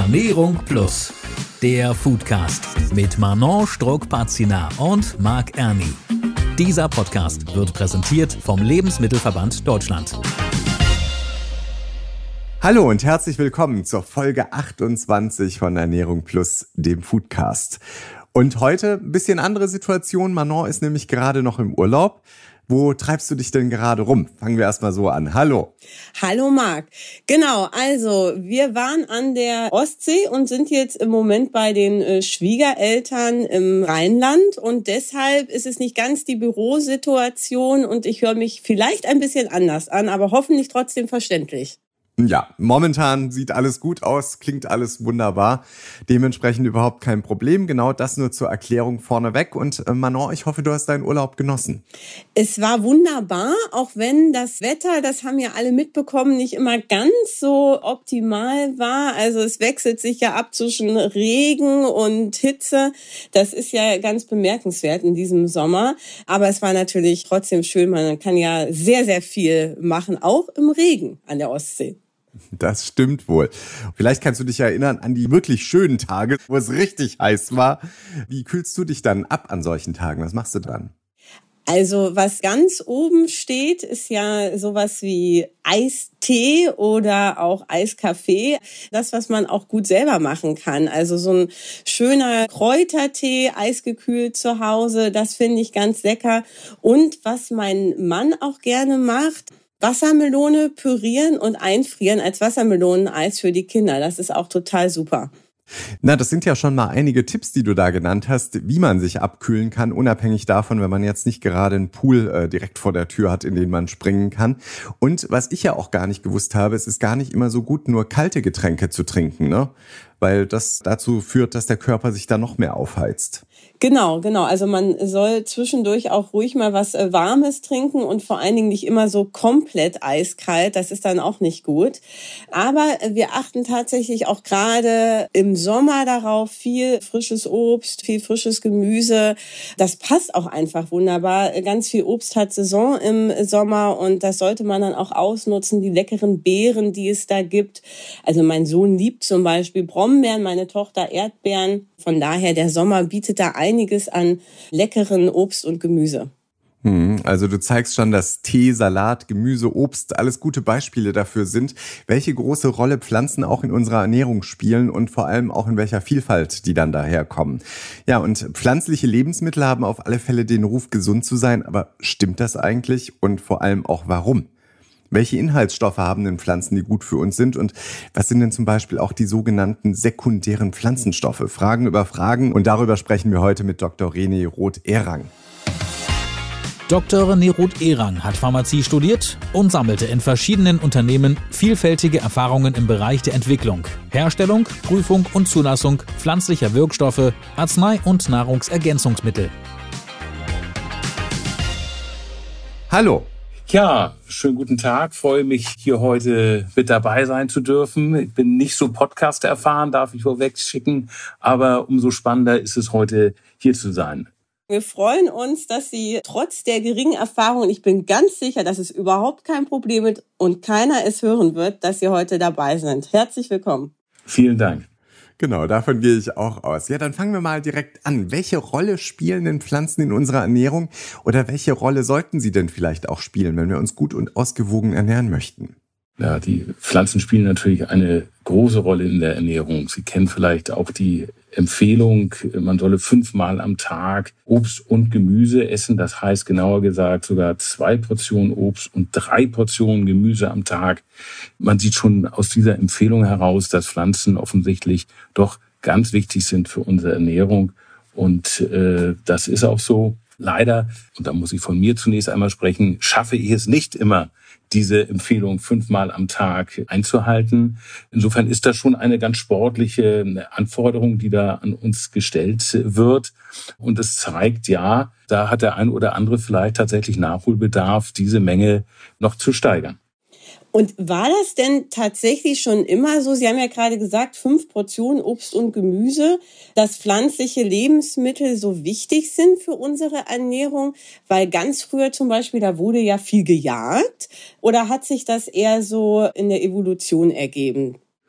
Ernährung Plus, der Foodcast mit Manon Struck-Pazina und Marc Erni. Dieser Podcast wird präsentiert vom Lebensmittelverband Deutschland. Hallo und herzlich willkommen zur Folge 28 von Ernährung Plus, dem Foodcast. Und heute ein bisschen andere Situation. Manon ist nämlich gerade noch im Urlaub. Wo treibst du dich denn gerade rum? Fangen wir erstmal so an. Hallo. Hallo Marc. Genau, also wir waren an der Ostsee und sind jetzt im Moment bei den Schwiegereltern im Rheinland und deshalb ist es nicht ganz die Bürosituation und ich höre mich vielleicht ein bisschen anders an, aber hoffentlich trotzdem verständlich. Ja, momentan sieht alles gut aus, klingt alles wunderbar, dementsprechend überhaupt kein Problem. Genau das nur zur Erklärung vorneweg. Und Manon, ich hoffe, du hast deinen Urlaub genossen. Es war wunderbar, auch wenn das Wetter, das haben ja alle mitbekommen, nicht immer ganz so optimal war. Also es wechselt sich ja ab zwischen Regen und Hitze. Das ist ja ganz bemerkenswert in diesem Sommer. Aber es war natürlich trotzdem schön, man kann ja sehr, sehr viel machen, auch im Regen an der Ostsee. Das stimmt wohl. Vielleicht kannst du dich erinnern an die wirklich schönen Tage, wo es richtig heiß war. Wie kühlst du dich dann ab an solchen Tagen? Was machst du dann? Also was ganz oben steht, ist ja sowas wie Eistee oder auch Eiskaffee. Das, was man auch gut selber machen kann. Also so ein schöner Kräutertee, eisgekühlt zu Hause, das finde ich ganz lecker. Und was mein Mann auch gerne macht, Wassermelone pürieren und einfrieren als Wassermeloneneis für die Kinder. Das ist auch total super. Na, das sind ja schon mal einige Tipps, die du da genannt hast, wie man sich abkühlen kann, unabhängig davon, wenn man jetzt nicht gerade einen Pool direkt vor der Tür hat, in den man springen kann. Und was ich ja auch gar nicht gewusst habe, es ist gar nicht immer so gut, nur kalte Getränke zu trinken, ne? Weil das dazu führt, dass der Körper sich da noch mehr aufheizt. Genau. Also man soll zwischendurch auch ruhig mal was Warmes trinken und vor allen Dingen nicht immer so komplett eiskalt. Das ist dann auch nicht gut. Aber wir achten tatsächlich auch gerade im Sommer darauf, viel frisches Obst, viel frisches Gemüse. Das passt auch einfach wunderbar. Ganz viel Obst hat Saison im Sommer und das sollte man dann auch ausnutzen. Die leckeren Beeren, die es da gibt. Also mein Sohn liebt zum Beispiel Brombeeren, meine Tochter Erdbeeren. Von daher, der Sommer bietet da einiges an leckeren Obst und Gemüse. Also du zeigst schon, dass Tee, Salat, Gemüse, Obst alles gute Beispiele dafür sind, welche große Rolle Pflanzen auch in unserer Ernährung spielen und vor allem auch in welcher Vielfalt die dann daherkommen. Ja, und pflanzliche Lebensmittel haben auf alle Fälle den Ruf, gesund zu sein. Aber stimmt das eigentlich und vor allem auch warum? Welche Inhaltsstoffe haben denn Pflanzen, die gut für uns sind? Und was sind denn zum Beispiel auch die sogenannten sekundären Pflanzenstoffe? Fragen über Fragen. Und darüber sprechen wir heute mit Dr. René Roth-Ehrang. Dr. René Roth-Ehrang hat Pharmazie studiert und sammelte in verschiedenen Unternehmen vielfältige Erfahrungen im Bereich der Entwicklung, Herstellung, Prüfung und Zulassung pflanzlicher Wirkstoffe, Arznei- und Nahrungsergänzungsmittel. Hallo. Ja, schönen guten Tag. Freue mich, hier heute mit dabei sein zu dürfen. Ich bin nicht so Podcast erfahren, darf ich vorweg schicken, aber umso spannender ist es heute, hier zu sein. Wir freuen uns, dass Sie trotz der geringen Erfahrung, und ich bin ganz sicher, dass es überhaupt kein Problem ist und keiner es hören wird, dass Sie heute dabei sind. Herzlich willkommen. Vielen Dank. Genau, davon gehe ich auch aus. Ja, dann fangen wir mal direkt an. Welche Rolle spielen denn Pflanzen in unserer Ernährung oder welche Rolle sollten sie denn vielleicht auch spielen, wenn wir uns gut und ausgewogen ernähren möchten? Ja, die Pflanzen spielen natürlich eine große Rolle in der Ernährung. Sie kennen vielleicht auch die Empfehlung, man solle 5-mal am Tag Obst und Gemüse essen. Das heißt genauer gesagt sogar 2 Portionen Obst und 3 Portionen Gemüse am Tag. Man sieht schon aus dieser Empfehlung heraus, dass Pflanzen offensichtlich doch ganz wichtig sind für unsere Ernährung. Und das ist auch so. Leider, und da muss ich von mir zunächst einmal sprechen, schaffe ich es nicht immer, diese Empfehlung 5-mal am Tag einzuhalten. Insofern ist das schon eine ganz sportliche Anforderung, die da an uns gestellt wird. Und es zeigt, ja, da hat der ein oder andere vielleicht tatsächlich Nachholbedarf, diese Menge noch zu steigern. Und war das denn tatsächlich schon immer so? Sie haben ja gerade gesagt, 5 Portionen Obst und Gemüse, dass pflanzliche Lebensmittel so wichtig sind für unsere Ernährung, weil ganz früher zum Beispiel, da wurde ja viel gejagt, oder hat sich das eher so in der Evolution ergeben?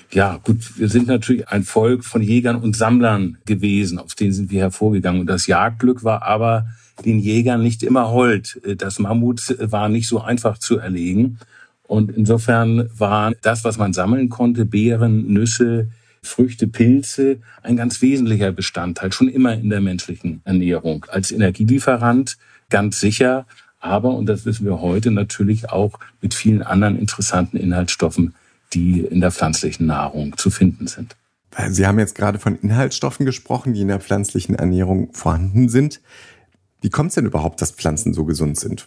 Ja, gut, wir sind natürlich ein Volk von Jägern und Sammlern gewesen, auf denen sind wir hervorgegangen. Und das Jagdglück war aber den Jägern nicht immer hold. Das Mammut war nicht so einfach zu erlegen. Und insofern war das, was man sammeln konnte, Beeren, Nüsse, Früchte, Pilze, ein ganz wesentlicher Bestandteil, schon immer in der menschlichen Ernährung. Als Energielieferant ganz sicher, aber, und das wissen wir heute, natürlich auch mit vielen anderen interessanten Inhaltsstoffen, die in der pflanzlichen Nahrung zu finden sind. Sie haben jetzt gerade von Inhaltsstoffen gesprochen, die in der pflanzlichen Ernährung vorhanden sind. Wie kommt es denn überhaupt, dass Pflanzen so gesund sind?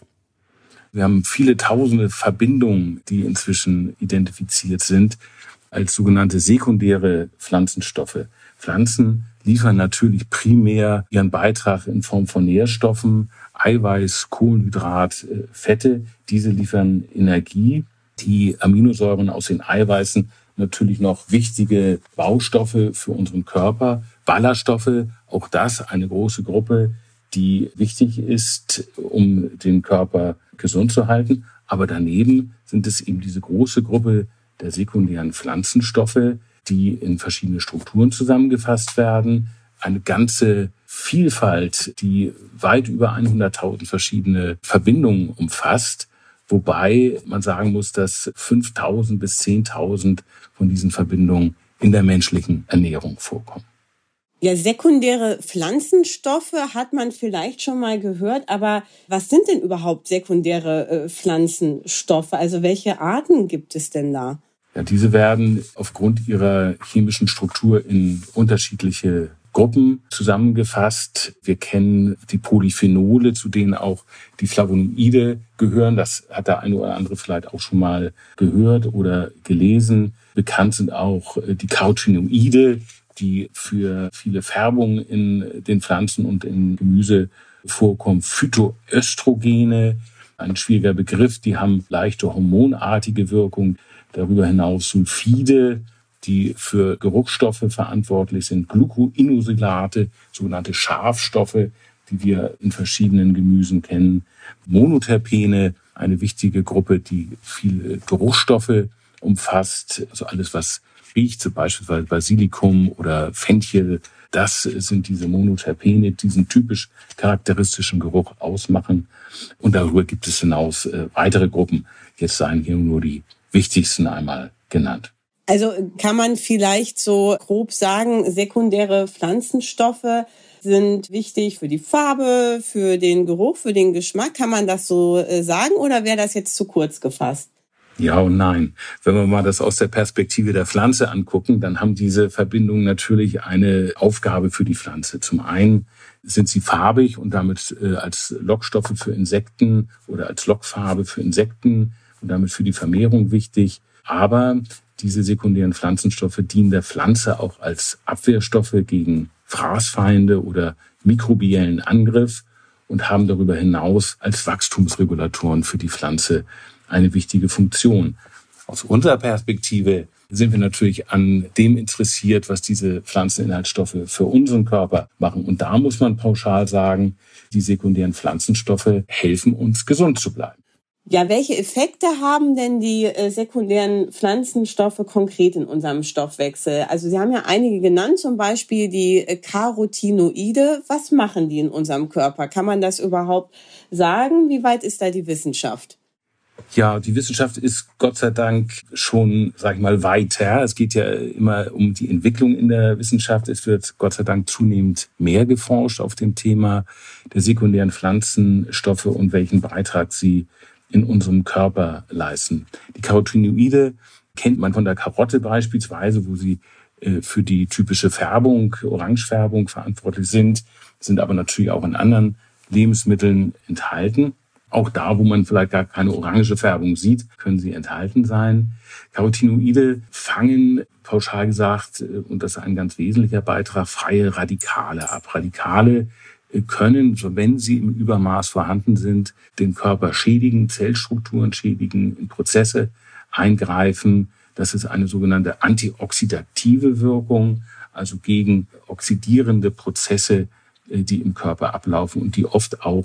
Wir haben viele tausende Verbindungen, die inzwischen identifiziert sind als sogenannte sekundäre Pflanzenstoffe. Pflanzen liefern natürlich primär ihren Beitrag in Form von Nährstoffen, Eiweiß, Kohlenhydrat, Fette. Diese liefern Energie. Die Aminosäuren aus den Eiweißen natürlich noch wichtige Baustoffe für unseren Körper. Ballaststoffe, auch das eine große Gruppe, die wichtig ist, um den Körper gesund zu halten. Aber daneben sind es eben diese große Gruppe der sekundären Pflanzenstoffe, die in verschiedene Strukturen zusammengefasst werden. Eine ganze Vielfalt, die weit über 100.000 verschiedene Verbindungen umfasst. Wobei man sagen muss, dass 5.000 bis 10.000 von diesen Verbindungen in der menschlichen Ernährung vorkommen. Ja, sekundäre Pflanzenstoffe hat man vielleicht schon mal gehört, aber was sind denn überhaupt sekundäre Pflanzenstoffe? Also welche Arten gibt es denn da? Ja, diese werden aufgrund ihrer chemischen Struktur in unterschiedliche Gruppen zusammengefasst. Wir kennen die Polyphenole, zu denen auch die Flavonoide gehören. Das hat der eine oder andere vielleicht auch schon mal gehört oder gelesen. Bekannt sind auch die Carotinoide, die für viele Färbungen in den Pflanzen und im Gemüse vorkommen. Phytoöstrogene, ein schwieriger Begriff, die haben leichte hormonartige Wirkung. Darüber hinaus Sulfide, die für Geruchsstoffe verantwortlich sind. Glucoinosilate, sogenannte Scharfstoffe, die wir in verschiedenen Gemüsen kennen. Monoterpene, eine wichtige Gruppe, die viele Geruchsstoffe umfasst. Also alles, was riecht, so beispielsweise Basilikum oder Fenchel, das sind diese Monoterpene, die diesen typisch charakteristischen Geruch ausmachen. Und darüber gibt es hinaus weitere Gruppen. Jetzt seien hier nur die wichtigsten einmal genannt. Also kann man vielleicht so grob sagen, sekundäre Pflanzenstoffe sind wichtig für die Farbe, für den Geruch, für den Geschmack. Kann man das so sagen oder wäre das jetzt zu kurz gefasst? Ja und nein. Wenn wir mal das aus der Perspektive der Pflanze angucken, dann haben diese Verbindungen natürlich eine Aufgabe für die Pflanze. Zum einen sind sie farbig und damit als Lockstoffe für Insekten oder als Lockfarbe für Insekten und damit für die Vermehrung wichtig. Aber diese sekundären Pflanzenstoffe dienen der Pflanze auch als Abwehrstoffe gegen Fraßfeinde oder mikrobiellen Angriff und haben darüber hinaus als Wachstumsregulatoren für die Pflanze eine wichtige Funktion. Aus unserer Perspektive sind wir natürlich an dem interessiert, was diese Pflanzeninhaltsstoffe für unseren Körper machen. Und da muss man pauschal sagen, die sekundären Pflanzenstoffe helfen uns, gesund zu bleiben. Ja, welche Effekte haben denn die sekundären Pflanzenstoffe konkret in unserem Stoffwechsel? Also Sie haben ja einige genannt, zum Beispiel die Carotinoide. Was machen die in unserem Körper? Kann man das überhaupt sagen? Wie weit ist da die Wissenschaft? Ja, die Wissenschaft ist Gott sei Dank schon, sag ich mal, weiter. Es geht ja immer um die Entwicklung in der Wissenschaft. Es wird Gott sei Dank zunehmend mehr geforscht auf dem Thema der sekundären Pflanzenstoffe und welchen Beitrag sie in unserem Körper leisten. Die Carotinoide kennt man von der Karotte beispielsweise, wo sie für die typische Färbung, Orangefärbung verantwortlich sind aber natürlich auch in anderen Lebensmitteln enthalten. Auch da, wo man vielleicht gar keine orange Färbung sieht, können sie enthalten sein. Carotinoide fangen, pauschal gesagt, und das ist ein ganz wesentlicher Beitrag, freie Radikale ab. Radikale können, wenn sie im Übermaß vorhanden sind, den Körper schädigen, Zellstrukturen schädigen, in Prozesse eingreifen. Das ist eine sogenannte antioxidative Wirkung, also gegen oxidierende Prozesse, die im Körper ablaufen und die oft auch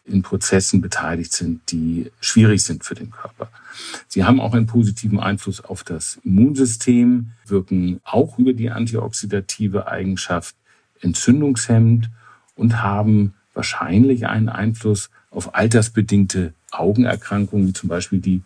in Prozessen beteiligt sind, die schwierig sind für den Körper. Sie haben auch einen positiven Einfluss auf das Immunsystem, wirken auch über die antioxidative Eigenschaft entzündungshemmend und haben wahrscheinlich einen Einfluss auf altersbedingte Augenerkrankungen, wie zum Beispiel die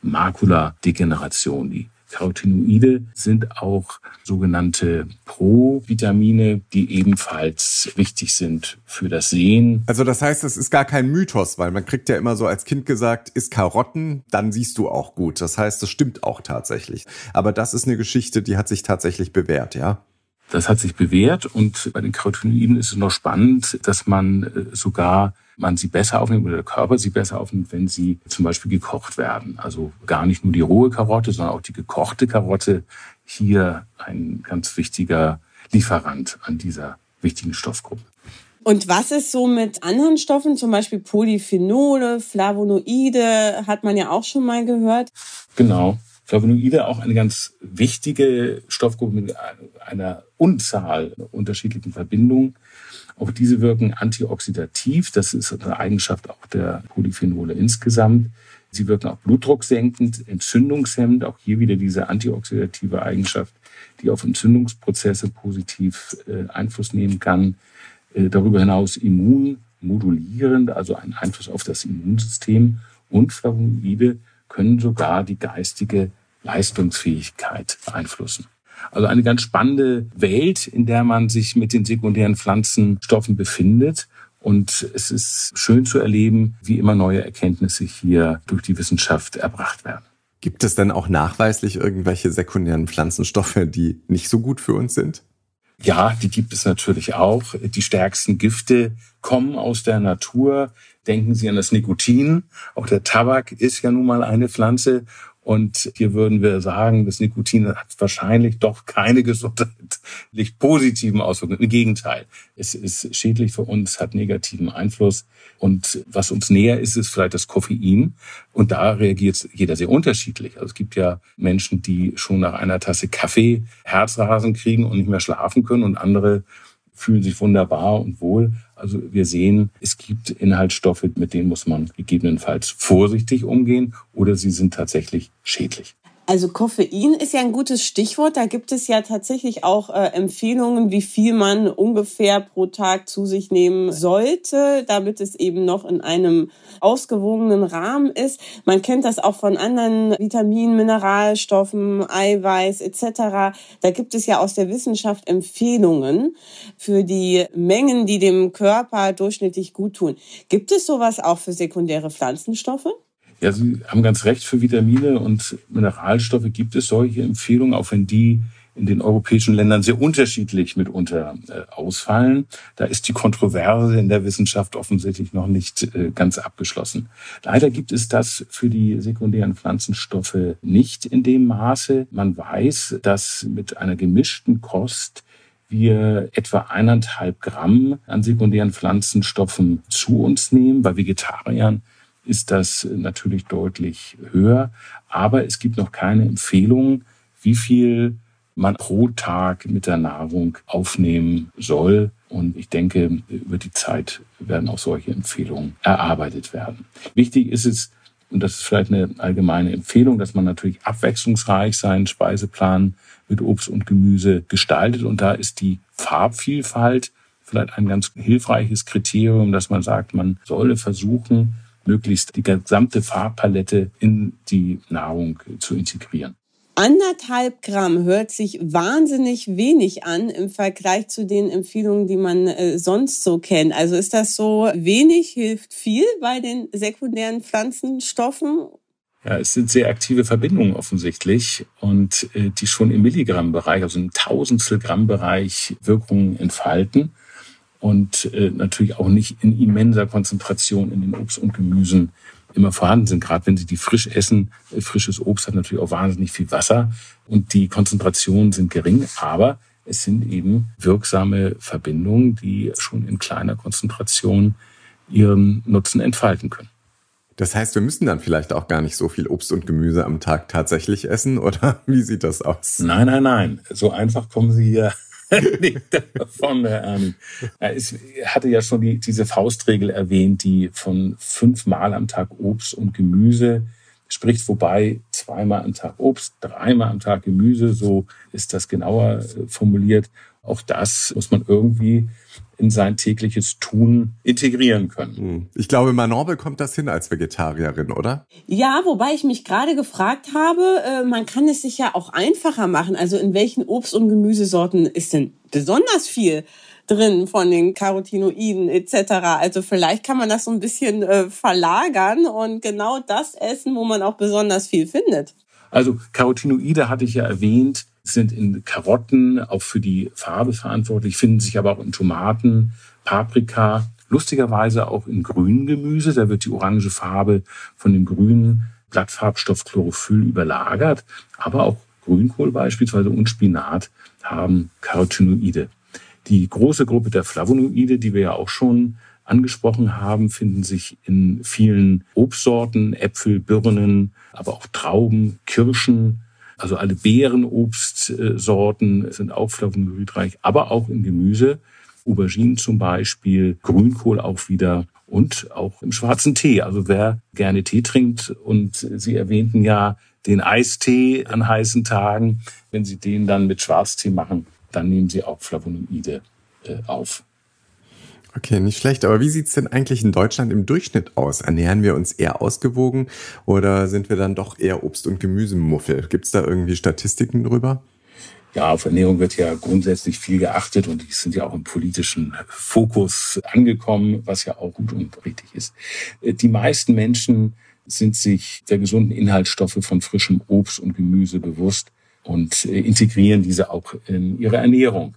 Makuladegeneration. Die Carotinoide sind auch sogenannte Provitamine, die ebenfalls wichtig sind für das Sehen. Also das heißt, es ist gar kein Mythos, weil man kriegt ja immer so als Kind gesagt, isst Karotten, dann siehst du auch gut. Das heißt, das stimmt auch tatsächlich. Aber das ist eine Geschichte, die hat sich tatsächlich bewährt, ja? Das hat sich bewährt und bei den Carotinoiden ist es noch spannend, dass man sie besser aufnimmt oder der Körper sie besser aufnimmt, wenn sie zum Beispiel gekocht werden. Also gar nicht nur die rohe Karotte, sondern auch die gekochte Karotte. Hier ein ganz wichtiger Lieferant an dieser wichtigen Stoffgruppe. Und was ist so mit anderen Stoffen, zum Beispiel Polyphenole, Flavonoide, hat man ja auch schon mal gehört? Genau. Flavonoide auch eine ganz wichtige Stoffgruppe mit einer Unzahl unterschiedlichen Verbindungen. Auch diese wirken antioxidativ. Das ist eine Eigenschaft auch der Polyphenole insgesamt. Sie wirken auch blutdrucksenkend, entzündungshemmend. Auch hier wieder diese antioxidative Eigenschaft, die auf Entzündungsprozesse positiv Einfluss nehmen kann. Darüber hinaus immunmodulierend, also einen Einfluss auf das Immunsystem. Und Flavonoide können sogar die geistige Leistungsfähigkeit beeinflussen. Also eine ganz spannende Welt, in der man sich mit den sekundären Pflanzenstoffen befindet. Und es ist schön zu erleben, wie immer neue Erkenntnisse hier durch die Wissenschaft erbracht werden. Gibt es denn auch nachweislich irgendwelche sekundären Pflanzenstoffe, die nicht so gut für uns sind? Ja, die gibt es natürlich auch. Die stärksten Gifte kommen aus der Natur. Denken Sie an das Nikotin. Auch der Tabak ist ja nun mal eine Pflanze. Und hier würden wir sagen, das Nikotin hat wahrscheinlich doch keine gesundheitlich positiven Auswirkungen. Im Gegenteil, es ist schädlich für uns, hat negativen Einfluss. Und was uns näher ist, ist vielleicht das Koffein. Und da reagiert jeder sehr unterschiedlich. Also es gibt ja Menschen, die schon nach einer Tasse Kaffee Herzrasen kriegen und nicht mehr schlafen können. Und andere fühlen sich wunderbar und wohl. Also wir sehen, es gibt Inhaltsstoffe, mit denen muss man gegebenenfalls vorsichtig umgehen oder sie sind tatsächlich schädlich. Also Koffein ist ja ein gutes Stichwort. Da gibt es ja tatsächlich auch Empfehlungen, wie viel man ungefähr pro Tag zu sich nehmen sollte, damit es eben noch in einem ausgewogenen Rahmen ist. Man kennt das auch von anderen Vitaminen, Mineralstoffen, Eiweiß etc. Da gibt es ja aus der Wissenschaft Empfehlungen für die Mengen, die dem Körper durchschnittlich gut tun. Gibt es sowas auch für sekundäre Pflanzenstoffe? Ja, Sie haben ganz recht, für Vitamine und Mineralstoffe gibt es solche Empfehlungen, auch wenn die in den europäischen Ländern sehr unterschiedlich mitunter ausfallen. Da ist die Kontroverse in der Wissenschaft offensichtlich noch nicht ganz abgeschlossen. Leider gibt es das für die sekundären Pflanzenstoffe nicht in dem Maße. Man weiß, dass mit einer gemischten Kost wir etwa 1,5 Gramm an sekundären Pflanzenstoffen zu uns nehmen. Bei Vegetariern ist das natürlich deutlich höher. Aber es gibt noch keine Empfehlung, wie viel man pro Tag mit der Nahrung aufnehmen soll. Und ich denke, über die Zeit werden auch solche Empfehlungen erarbeitet werden. Wichtig ist es, und das ist vielleicht eine allgemeine Empfehlung, dass man natürlich abwechslungsreich seinen Speiseplan mit Obst und Gemüse gestaltet. Und da ist die Farbvielfalt vielleicht ein ganz hilfreiches Kriterium, dass man sagt, man solle versuchen, möglichst die gesamte Farbpalette in die Nahrung zu integrieren. 1,5 Gramm hört sich wahnsinnig wenig an im Vergleich zu den Empfehlungen, die man sonst so kennt. Also ist das so, wenig hilft viel bei den sekundären Pflanzenstoffen? Ja, es sind sehr aktive Verbindungen offensichtlich und die schon im Milligrammbereich, also im Tausendstel-Gramm-Bereich Wirkungen entfalten. Und natürlich auch nicht in immenser Konzentration in den Obst und Gemüsen immer vorhanden sind. Gerade wenn Sie die frisch essen, frisches Obst hat natürlich auch wahnsinnig viel Wasser und die Konzentrationen sind gering, aber es sind eben wirksame Verbindungen, die schon in kleiner Konzentration ihren Nutzen entfalten können. Das heißt, wir müssen dann vielleicht auch gar nicht so viel Obst und Gemüse am Tag tatsächlich essen, oder wie sieht das aus? Nein. So einfach kommen Sie hier Von Herr Erni. Es hatte ja schon diese Faustregel erwähnt, die von 5-mal am Tag Obst und Gemüse spricht, wobei 2-mal am Tag Obst, 3-mal am Tag Gemüse, so ist das genauer formuliert. Auch das muss man irgendwie in sein tägliches Tun integrieren können. Ich glaube, Manon bekommt das hin als Vegetarierin, oder? Ja, wobei ich mich gerade gefragt habe, man kann es sich ja auch einfacher machen. Also in welchen Obst- und Gemüsesorten ist denn besonders viel drin von den Carotinoiden etc.? Also vielleicht kann man das so ein bisschen verlagern und genau das essen, wo man auch besonders viel findet. Also Carotinoide hatte ich ja erwähnt, sind in Karotten auch für die Farbe verantwortlich, finden sich aber auch in Tomaten, Paprika, lustigerweise auch in grünem Gemüse. Da wird die orange Farbe von dem grünen Blattfarbstoff Chlorophyll überlagert. Aber auch Grünkohl beispielsweise und Spinat haben Carotinoide. Die große Gruppe der Flavonoide, die wir ja auch schon angesprochen haben, finden sich in vielen Obstsorten, Äpfel, Birnen, aber auch Trauben, Kirschen. Also alle Beerenobstsorten sind auch flavonoidreich, aber auch in Gemüse, Auberginen zum Beispiel, Grünkohl auch wieder und auch im schwarzen Tee. Also wer gerne Tee trinkt, und Sie erwähnten ja den Eistee an heißen Tagen, wenn Sie den dann mit Schwarztee machen, dann nehmen Sie auch Flavonoide auf. Okay, nicht schlecht. Aber wie sieht's denn eigentlich in Deutschland im Durchschnitt aus? Ernähren wir uns eher ausgewogen oder sind wir dann doch eher Obst- und Gemüsemuffel? Gibt's da irgendwie Statistiken drüber? Ja, auf Ernährung wird ja grundsätzlich viel geachtet und die sind ja auch im politischen Fokus angekommen, was ja auch gut und richtig ist. Die meisten Menschen sind sich der gesunden Inhaltsstoffe von frischem Obst und Gemüse bewusst und integrieren diese auch in ihre Ernährung.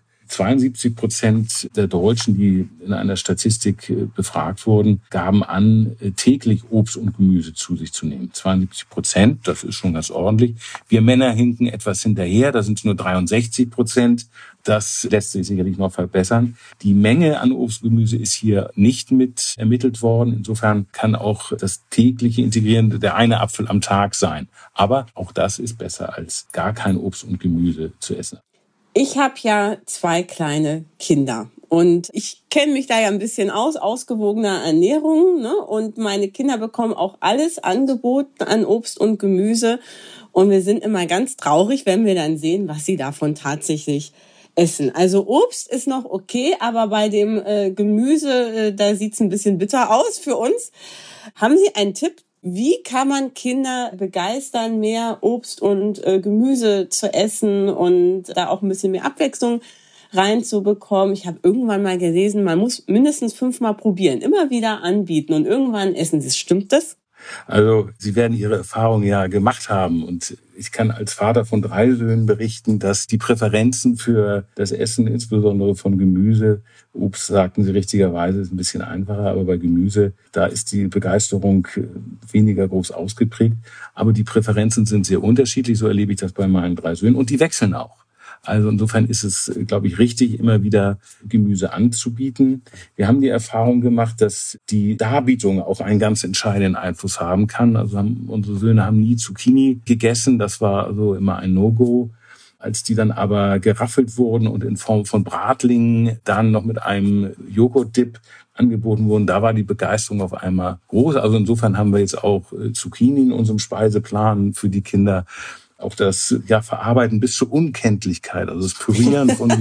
72% der Deutschen, die in einer Statistik befragt wurden, gaben an, täglich Obst und Gemüse zu sich zu nehmen. 72%, das ist schon ganz ordentlich. Wir Männer hinken etwas hinterher, da sind es nur 63%. Das lässt sich sicherlich noch verbessern. Die Menge an Obst und Gemüse ist hier nicht mit ermittelt worden. Insofern kann auch das tägliche Integrieren der eine Apfel am Tag sein. Aber auch das ist besser, als gar kein Obst und Gemüse zu essen. Ich habe ja 2 kleine Kinder und ich kenne mich da ja ein bisschen ausgewogener Ernährung, ne? Und meine Kinder bekommen auch alles angeboten an Obst und Gemüse und wir sind immer ganz traurig, wenn wir dann sehen, was sie davon tatsächlich essen. Also Obst ist noch okay, aber bei dem Gemüse, da sieht's ein bisschen bitter aus für uns. Haben Sie einen Tipp? Wie kann man Kinder begeistern, mehr Obst und Gemüse zu essen und da auch ein bisschen mehr Abwechslung reinzubekommen? Ich habe irgendwann mal gelesen, man muss mindestens 5-mal probieren, immer wieder anbieten und irgendwann essen sie es. Stimmt das? Also Sie werden Ihre Erfahrung ja gemacht haben und ich kann als Vater von 3 Söhnen berichten, dass die Präferenzen für das Essen, insbesondere von Gemüse, Obst, sagten Sie richtigerweise, ist ein bisschen einfacher, aber bei Gemüse, da ist die Begeisterung weniger groß ausgeprägt. Aber die Präferenzen sind sehr unterschiedlich, so erlebe ich das bei meinen 3 Söhnen und die wechseln auch. Also insofern ist es, glaube ich, richtig, immer wieder Gemüse anzubieten. Wir haben die Erfahrung gemacht, dass die Darbietung auch einen ganz entscheidenden Einfluss haben kann. Also unsere Söhne haben nie Zucchini gegessen. Das war also immer ein No-Go. Als die dann aber geraffelt wurden und in Form von Bratlingen dann noch mit einem Joghurt-Dip angeboten wurden, da war die Begeisterung auf einmal groß. Also insofern haben wir jetzt auch Zucchini in unserem Speiseplan für die Kinder. Auch das Verarbeiten bis zur Unkenntlichkeit, also das Pürieren von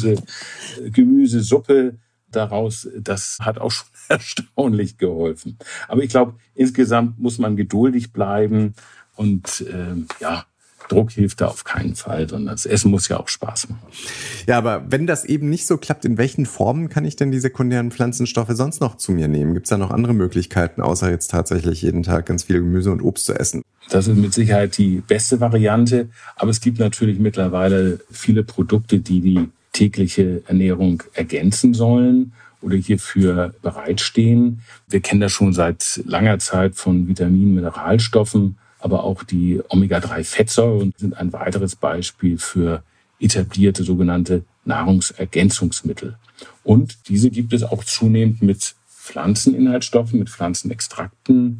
Gemüsesuppe daraus, das hat auch schon erstaunlich geholfen. Aber ich glaube, insgesamt muss man geduldig bleiben und Druck hilft da auf keinen Fall, sondern das Essen muss ja auch Spaß machen. Ja, aber wenn das eben nicht so klappt, in welchen Formen kann ich denn die sekundären Pflanzenstoffe sonst noch zu mir nehmen? Gibt es da noch andere Möglichkeiten, außer jetzt tatsächlich jeden Tag ganz viel Gemüse und Obst zu essen? Das ist mit Sicherheit die beste Variante, aber es gibt natürlich mittlerweile viele Produkte, die die tägliche Ernährung ergänzen sollen oder hierfür bereitstehen. Wir kennen das schon seit langer Zeit von Vitaminen, Mineralstoffen, aber auch die Omega-3-Fettsäuren sind ein weiteres Beispiel für etablierte sogenannte Nahrungsergänzungsmittel. Und diese gibt es auch zunehmend mit Pflanzeninhaltsstoffen, mit Pflanzenextrakten.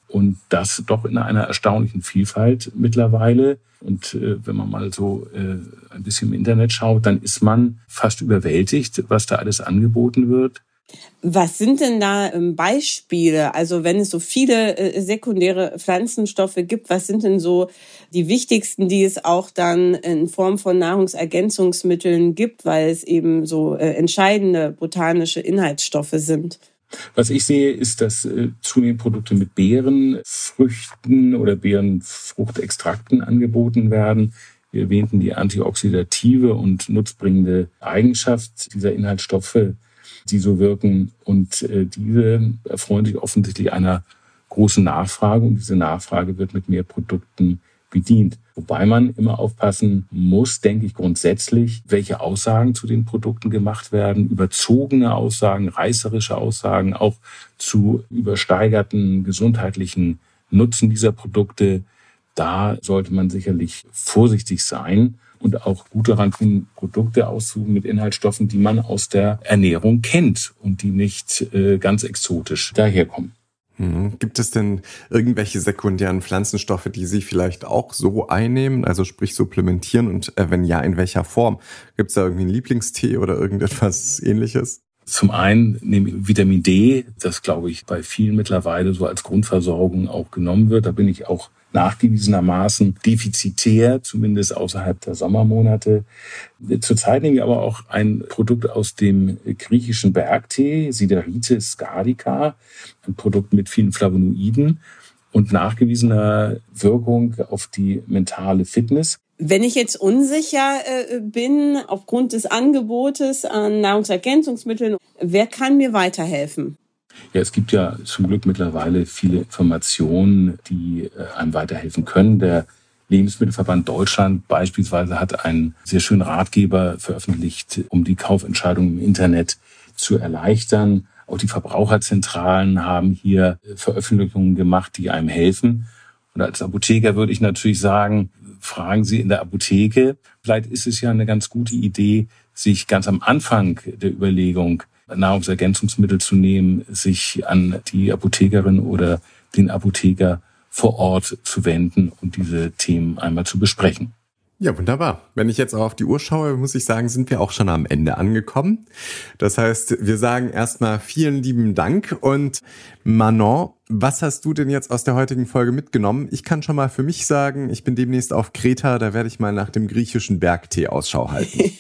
Und das doch in einer erstaunlichen Vielfalt mittlerweile. Und wenn man mal so ein bisschen im Internet schaut, dann ist man fast überwältigt, was da alles angeboten wird. Was sind denn da Beispiele? Also wenn es so viele sekundäre Pflanzenstoffe gibt, was sind denn so die wichtigsten, die es auch dann in Form von Nahrungsergänzungsmitteln gibt, weil es eben so entscheidende botanische Inhaltsstoffe sind? Was ich sehe, ist, dass zunehmend Produkte mit Beerenfrüchten oder Beerenfruchtextrakten angeboten werden. Wir erwähnten die antioxidative und nutzbringende Eigenschaft dieser Inhaltsstoffe, die so wirken. Und diese erfreuen sich offensichtlich einer großen Nachfrage. Und diese Nachfrage wird mit mehr Produkten bedient. Wobei man immer aufpassen muss, denke ich grundsätzlich, welche Aussagen zu den Produkten gemacht werden. Überzogene Aussagen, reißerische Aussagen, auch zu übersteigerten gesundheitlichen Nutzen dieser Produkte. Da sollte man sicherlich vorsichtig sein und auch gut daran tun, Produkte auszusuchen mit Inhaltsstoffen, die man aus der Ernährung kennt und die nicht ganz exotisch daherkommen. Gibt es denn irgendwelche sekundären Pflanzenstoffe, die Sie vielleicht auch so einnehmen, also sprich supplementieren? Und wenn ja, in welcher Form? Gibt es da irgendwie einen Lieblingstee oder irgendetwas Ähnliches? Zum einen nehme ich Vitamin D, das glaube ich bei vielen mittlerweile so als Grundversorgung auch genommen wird. Da bin ich auch nachgewiesenermaßen defizitär, zumindest außerhalb der Sommermonate. Zurzeit nehme ich aber auch ein Produkt aus dem griechischen Bergtee, Siderites scardica, ein Produkt mit vielen Flavonoiden und nachgewiesener Wirkung auf die mentale Fitness. Wenn ich jetzt unsicher bin aufgrund des Angebotes an Nahrungsergänzungsmitteln, wer kann mir weiterhelfen? Ja, es gibt ja zum Glück mittlerweile viele Informationen, die einem weiterhelfen können. Der Lebensmittelverband Deutschland beispielsweise hat einen sehr schönen Ratgeber veröffentlicht, um die Kaufentscheidung im Internet zu erleichtern. Auch die Verbraucherzentralen haben hier Veröffentlichungen gemacht, die einem helfen. Und als Apotheker würde ich natürlich sagen, fragen Sie in der Apotheke. Vielleicht ist es ja eine ganz gute Idee, sich ganz am Anfang der Überlegung, Nahrungsergänzungsmittel zu nehmen, sich an die Apothekerin oder den Apotheker vor Ort zu wenden und diese Themen einmal zu besprechen. Ja, wunderbar. Wenn ich jetzt auch auf die Uhr schaue, muss ich sagen, sind wir auch schon am Ende angekommen. Das heißt, wir sagen erstmal vielen lieben Dank. Und Manon, was hast du denn jetzt aus der heutigen Folge mitgenommen? Ich kann schon mal für mich sagen, ich bin demnächst auf Kreta, da werde ich mal nach dem griechischen Bergtee Ausschau halten.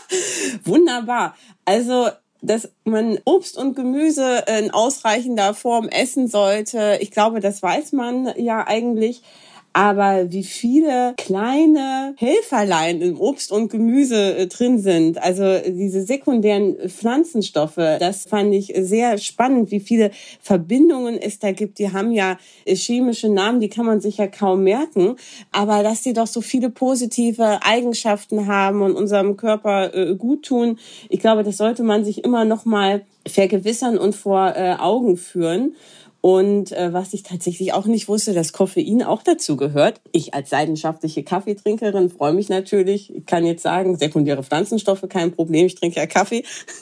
Wunderbar. Also, dass man Obst und Gemüse in ausreichender Form essen sollte, ich glaube, das weiß man ja eigentlich. Aber wie viele kleine Helferlein im Obst und Gemüse drin sind, also diese sekundären Pflanzenstoffe, das fand ich sehr spannend, wie viele Verbindungen es da gibt. Die haben ja chemische Namen, die kann man sich ja kaum merken, aber dass die doch so viele positive Eigenschaften haben und unserem Körper gut tun, ich glaube, das sollte man sich immer noch mal vergewissern und vor Augen führen. Und was ich tatsächlich auch nicht wusste, dass Koffein auch dazu gehört. Ich als leidenschaftliche Kaffeetrinkerin freue mich natürlich. Ich kann jetzt sagen, sekundäre Pflanzenstoffe, kein Problem, ich trinke ja Kaffee.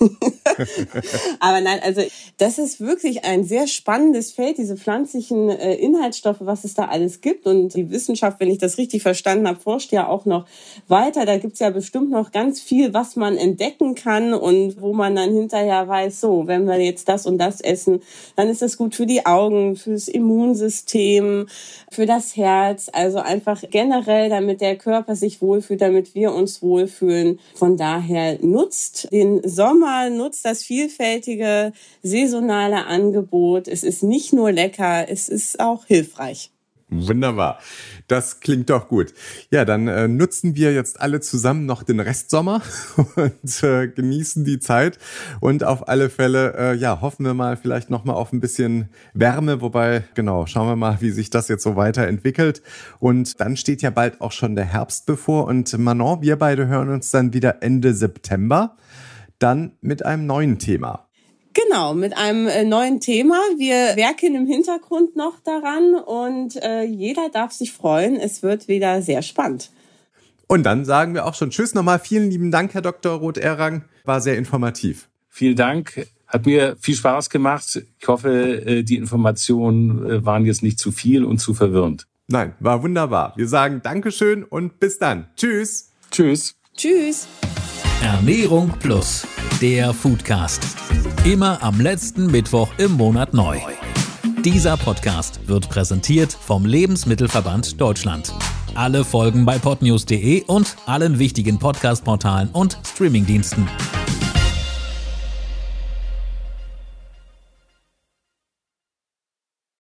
Aber nein, also das ist wirklich ein sehr spannendes Feld, diese pflanzlichen Inhaltsstoffe, was es da alles gibt. Und die Wissenschaft, wenn ich das richtig verstanden habe, forscht ja auch noch weiter. Da gibt's ja bestimmt noch ganz viel, was man entdecken kann und wo man dann hinterher weiß, so, wenn wir jetzt das und das essen, dann ist das gut für die Augen, fürs Immunsystem, für das Herz, also einfach generell, damit der Körper sich wohlfühlt, damit wir uns wohlfühlen. Von daher nutzt den Sommer, nutzt das vielfältige saisonale Angebot. Es ist nicht nur lecker, es ist auch hilfreich. Wunderbar. Das klingt doch gut. Ja, dann nutzen wir jetzt alle zusammen noch den Restsommer und genießen die Zeit. Und auf alle Fälle, hoffen wir mal vielleicht noch mal auf ein bisschen Wärme. Wobei, genau, schauen wir mal, wie sich das jetzt so weiterentwickelt. Und dann steht ja bald auch schon der Herbst bevor. Und Manon, wir beide hören uns dann wieder Ende September. Dann mit einem neuen Thema. Genau, mit einem neuen Thema. Wir werken im Hintergrund noch daran und jeder darf sich freuen. Es wird wieder sehr spannend. Und dann sagen wir auch schon Tschüss nochmal. Vielen lieben Dank, Herr Dr. Roth-Errang. War sehr informativ. Vielen Dank. Hat mir viel Spaß gemacht. Ich hoffe, die Informationen waren jetzt nicht zu viel und zu verwirrend. Nein, war wunderbar. Wir sagen Dankeschön und bis dann. Tschüss. Tschüss. Tschüss. Ernährung Plus, der Foodcast. Immer am letzten Mittwoch im Monat neu. Dieser Podcast wird präsentiert vom Lebensmittelverband Deutschland. Alle Folgen bei podnews.de und allen wichtigen Podcast-Portalen und Streamingdiensten.